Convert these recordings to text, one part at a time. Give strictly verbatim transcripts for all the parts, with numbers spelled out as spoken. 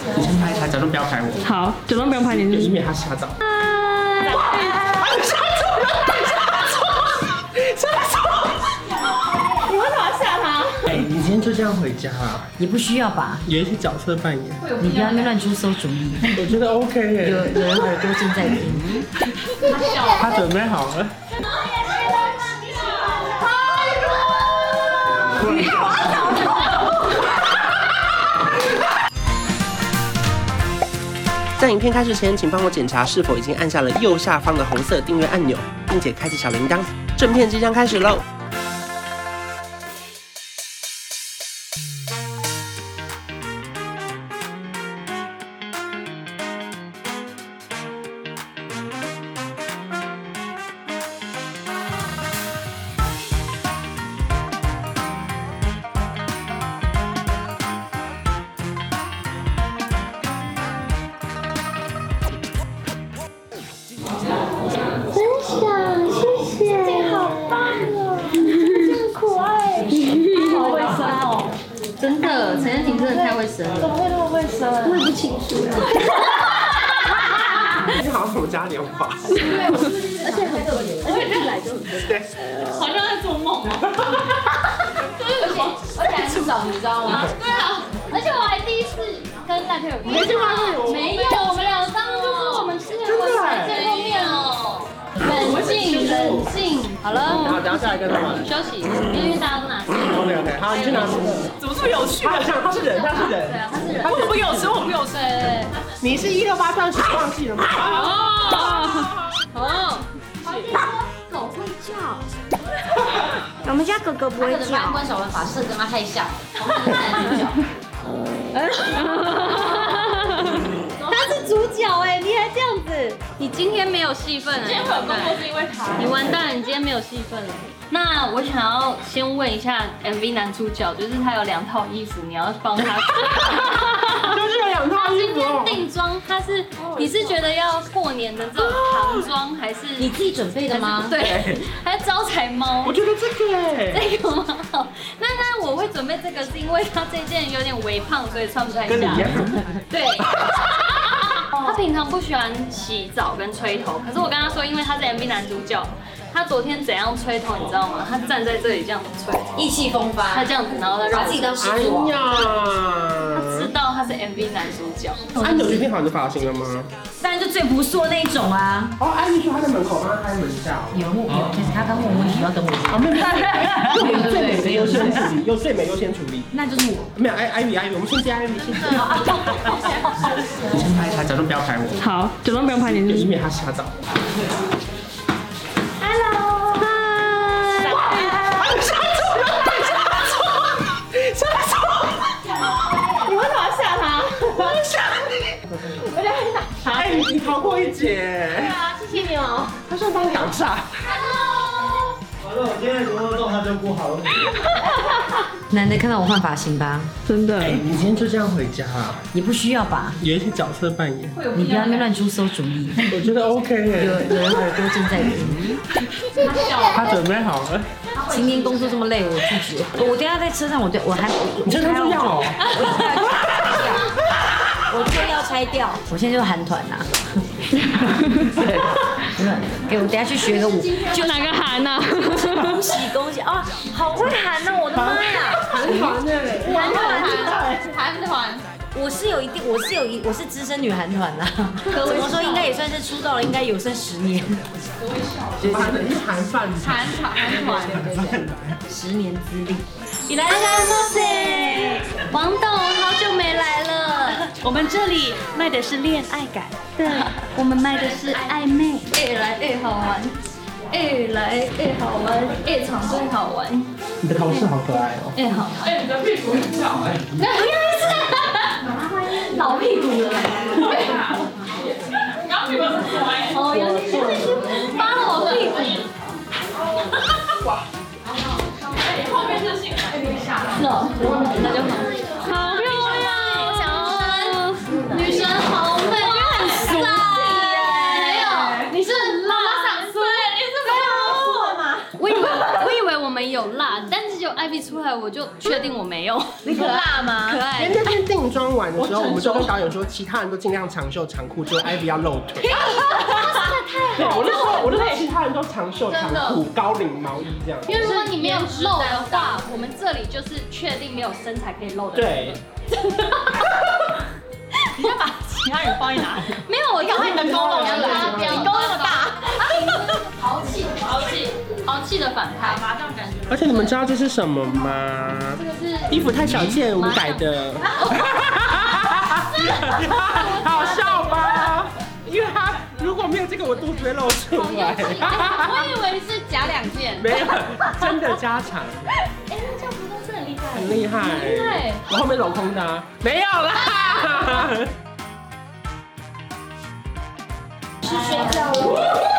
你先拍他，假装不要拍我。 好，假装不要拍你， 以免他吓到。 你为什么要吓他？ 哎，你今天就这样回家啊？ 也不需要吧？ 有一些角色扮演， 你不要那边乱出馊主意。 我觉得 OK 耶。 有有人耳朵正在听。 他准备好了。在影片开始前，请帮我检查是否已经按下了右下方的红色订阅按钮，并且开启小铃铛。正片即将开始喽！ 真的，陈燕婷真的太会生了。 怎么会那么会生？我也不清楚。 你好像什么嘉年华？ 对，而且很特别，而且一来就很对，好像在做梦。而且而且还是早，你知道吗？对啊，而且我还第一次跟大家有没见过， 没有，我们俩当初就是我们之前不是才见过面哦。冷静，冷静，好了。 好，等下下来跟他玩。 休息，因为大家都拿吃。 OK OK，好，你去拿吃。 怎么这么有趣？ 他像他是人，他是人。 对啊，他是人。 我不有吃，我不有吃。 对。 你是一六八断食忘记了吗？ 哦。哦。 狗会叫。我们家狗狗不会叫。 他跟小文法式跟他太像，同一个男主角。 他是主角哎，你还这样子？ 你今天没有戏份了， 今天会有工作是因为他。 你完蛋了，你今天没有戏份了。那我想要先问一下 M V 男主角，就是他有两套衣服，你要帮他。 就是有两套衣今天服。 定妆，他是你是觉得要过年的这种唐装，还是你自己准备的吗？ 对，还是招财猫？ 我觉得这个哎， 这个蛮好。那那我会准备这个，是因为他这件有点微胖，所以穿不太下。 跟你一样。 对。他平常不喜欢洗澡跟吹头，可是我跟他说，因为他是 M V 男主角，他昨天怎样吹头你知道吗？他站在这里这样子吹， 意气风发， 他这样子，然后他把自己当师哎傅。 呀， 他知道他是 M V 男主角。 啊，你有决定好你的发型了吗？ 当然就最不错那一种啊。 哦，安妮说她在门口帮他开门下。 有有，就是他刚问我问题要等我。 好，没有，有最美的优先处理，有最美优先处理。 那就是我。 没有，艾艾米艾米，我们先接艾米先。你先拍他，假装不要拍我。 好，假装不要拍你， 以免他吓到。 Hello，嗨。 吓住了！吓住！吓住！ 你为什么要吓他？ 我吓你！ 我在想， 哎，你你逃过一劫。 对啊，谢谢你哦。 他说帮你挡煞。 完了，我今天什么动他就不好了。 难得看到我换发型吧？ 真的。 哎，你今天就这样回家啊？ 也不需要吧？ 有一些角色扮演， 你不要那边乱出馊主意。 我觉得 OK 有耶。 有人耳朵正在听。 他准备好了。 今天工作这么累，我拒绝。我等下在车上，我对我还你这他就要哦。 我就要拆掉。我现在就韩团呐。对。给我等下去学个舞。 就哪个韩呢？ 恭喜恭喜啊！好会喊哦！我的妈呀！ 韩团呢？ 韩团，韩团。 我是有一定，我是有一，我是资深女韩团啦。怎么说，应该也算是出道了，应该有算十年。 韩的，是韩饭。 韩团，韩团，对对对， 十年资历。 你来啦，诺塞，王董，好久没来了。我们这里卖的是恋爱感，对，我们卖的是暧昧，越来越好玩，越来越好玩，越场最好玩。 你的同事好可爱哦。 哎好， 哎，你的屁股很小哎。 那不要意思，老屁股了。 刚屁股很乖。 哦，杨姐姐扒了我屁股。 哇。哎，后面是性感一下。 是哦，那就好。好漂亮，我想要女神好美，我觉得很俗耶。没有，你是很辣， 对，你是没有吗？ 我以为我以为我们有辣，但是就艾 Ivy 出来，我就确定我没有。 你可辣吗？ 可爱因为。那天定妆完的时候，我们就跟导演说，其他人都尽量长袖长裤，只有 Ivy 要露腿。对，我就说，我就说其他人都长袖长裤、高领毛衣这样。 因为如果你没有露的话，我们这里就是确定没有身材可以露的。 对。 你要把其他人放在哪？ 没有，我赶快你的沟露出来， 你沟那么大， 豪气，豪气，豪气的反派。 麻将感觉。 而且你们知道这是什么吗？ 这个是衣服太小件，我们改的。好笑吧？因为他如果没有这个，我肚子会露出来。 我以为是夹两件。 没有，真的加长。 哎，那这样服装是很厉害。 很厉害。 很厉害。 我后面镂空的啊，没有啦。 是睡觉了。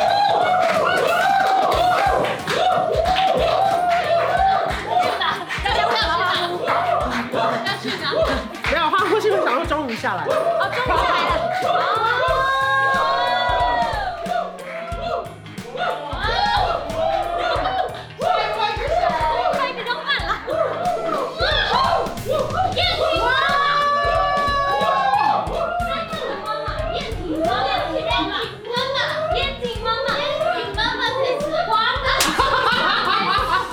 大家不要去哪？ 没有，花呼是因为想要终于下来了。 哦，终于下来了。快比较慢了。燕婷妈妈，燕婷妈妈，燕婷妈妈，燕婷妈妈，燕婷妈妈才是花的。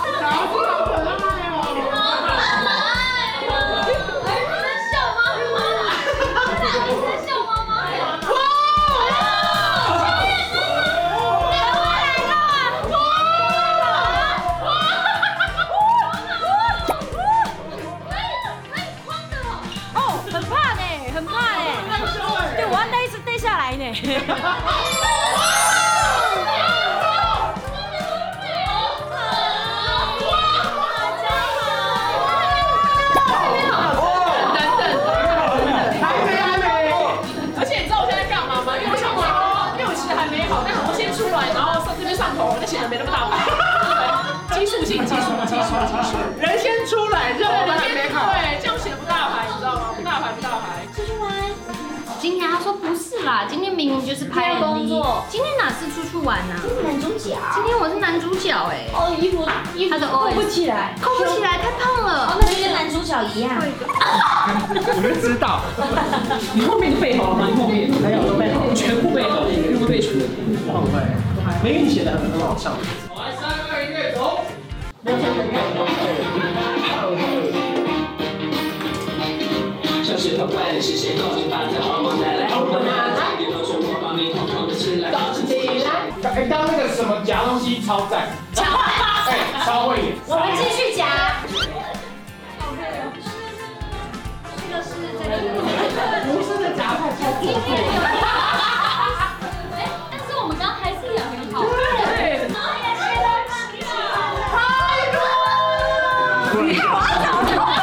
人先出来，任务还没好。 对，这样显得不大牌，你知道吗？不大牌，不大牌。 出去玩。今天他说不是啦，今天明明就是拍工作。今天哪是出去玩啊？ 男主角。 今天我是男主角哎。 哦，衣服衣服他的扣不起来， 扣不起来，太胖了。 哦，那就跟男主角一样。 我就知道。 你后面背好了吗？你后面没有都背好，全部背好，全部背出来。 不会，美语写的很好笑。 来，三二一，走。 像是头怪的是谁控制把这hormone带来红的吗？别都说我帮你统统的吃来。动起来！ 哎，刚那个什么夹东西超赞， 超哎，超会演。 我们继续夹。 这个是这个。 不是的夹太超过分。 哎，但是我们刚刚还是也很好。 对。 你看我要找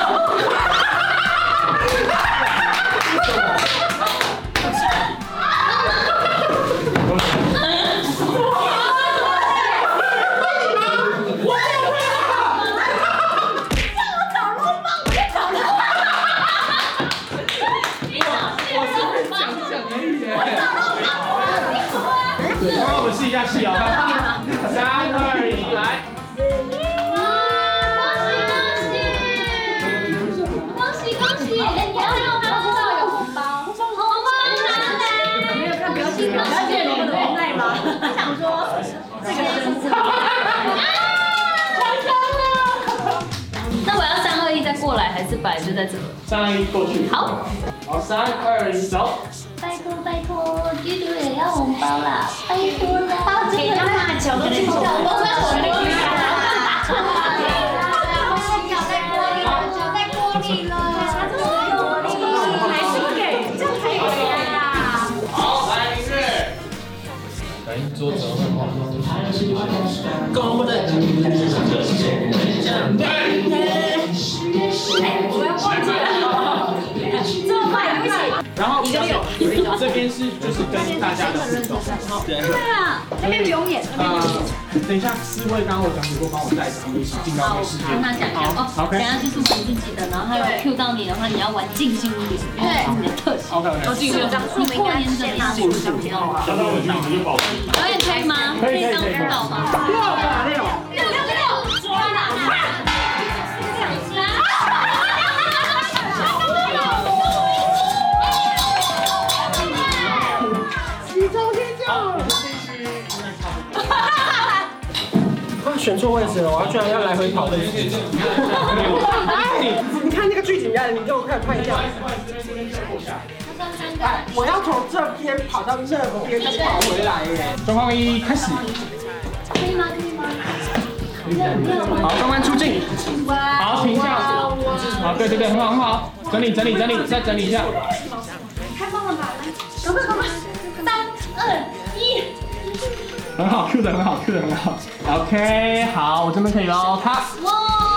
对，帮我们试一下戏哦。三二一，来。 恭喜恭喜！哎，你要让他知道有红包，红包拿来！ 没有看表情，了解你们的无奈吗？他想说这个真是。 那我要三二一再过来，还是本来就在这？ 三二一，过去。 好。 好，三二一，走。 拜托拜托，嘟嘟也要红包啦！拜托啦！ 给他们脚都进去了，我在我那个脚在锅里了，脚在锅里了， 还是给，这样才可以啊！ 好，来音乐。来，桌子很好。公的。 哎，我要忘记了，这么快，对不起。 然后一个六，这边是就是跟大家的互动。对。 对啊， 那边不用演，那边等一下，四位刚刚我讲过，帮我带着，一起进到这个世界。 跟他讲讲哦，等下就是玩自己的，然后他有 Q 到你的话，你要玩尽兴一点，对，你的特性。 OK OK。 进入这样， 你过年怎么样？ 进入这样。相当稳定，你就保持。 表演可以吗？可以当舞蹈吗？ 六吧六。 六六六，抓哪？ 选错位置了，我要居然要来回跑位置。哎，你看那个剧情啊，你给我快点看一下。哎，我要从这边跑到那边再跑回来耶。 状况一开始。 可以吗？可以吗？ 好，状况出镜。好，停下。好，对对对，很好很好，整理整理整理，再整理一下。 太棒了吧！来，赶快赶快，三二一。 很好 ，Q 的很好 ，Q 的很好。OK， 好，我这边可以喽，他。 哇！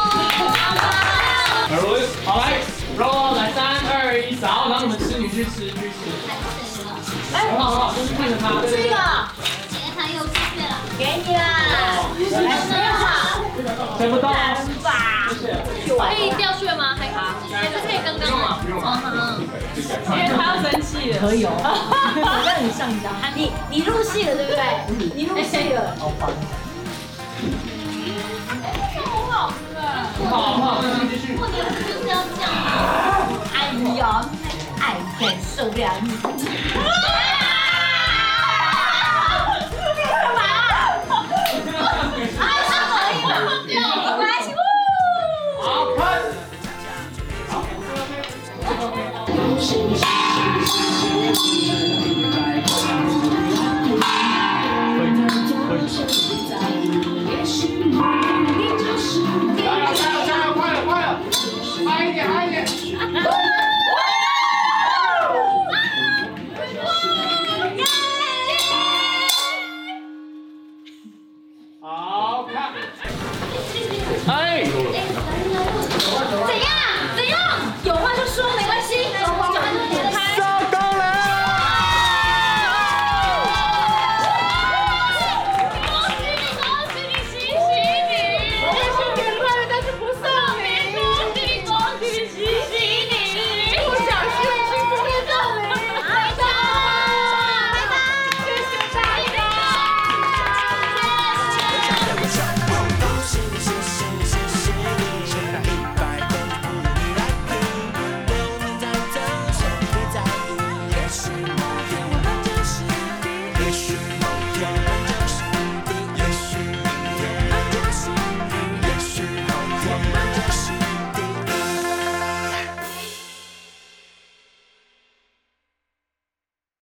好来 ，roll， 来三二一，扫，然后你们吃，你去吃，去吃。哎，很好很好，就是看着他。 这个， 今天他又出去了， 给你啦。 追不到。 可以掉血吗？还还是可以刚刚吗？嗯， 因为他要生气了。 可以哦，我让你上一张，你你入戏了对不对？你入戏了。 好烦。 很好吃哎。 很好很好，继续。 过年就是要这样。 哎呀，爱在手凉。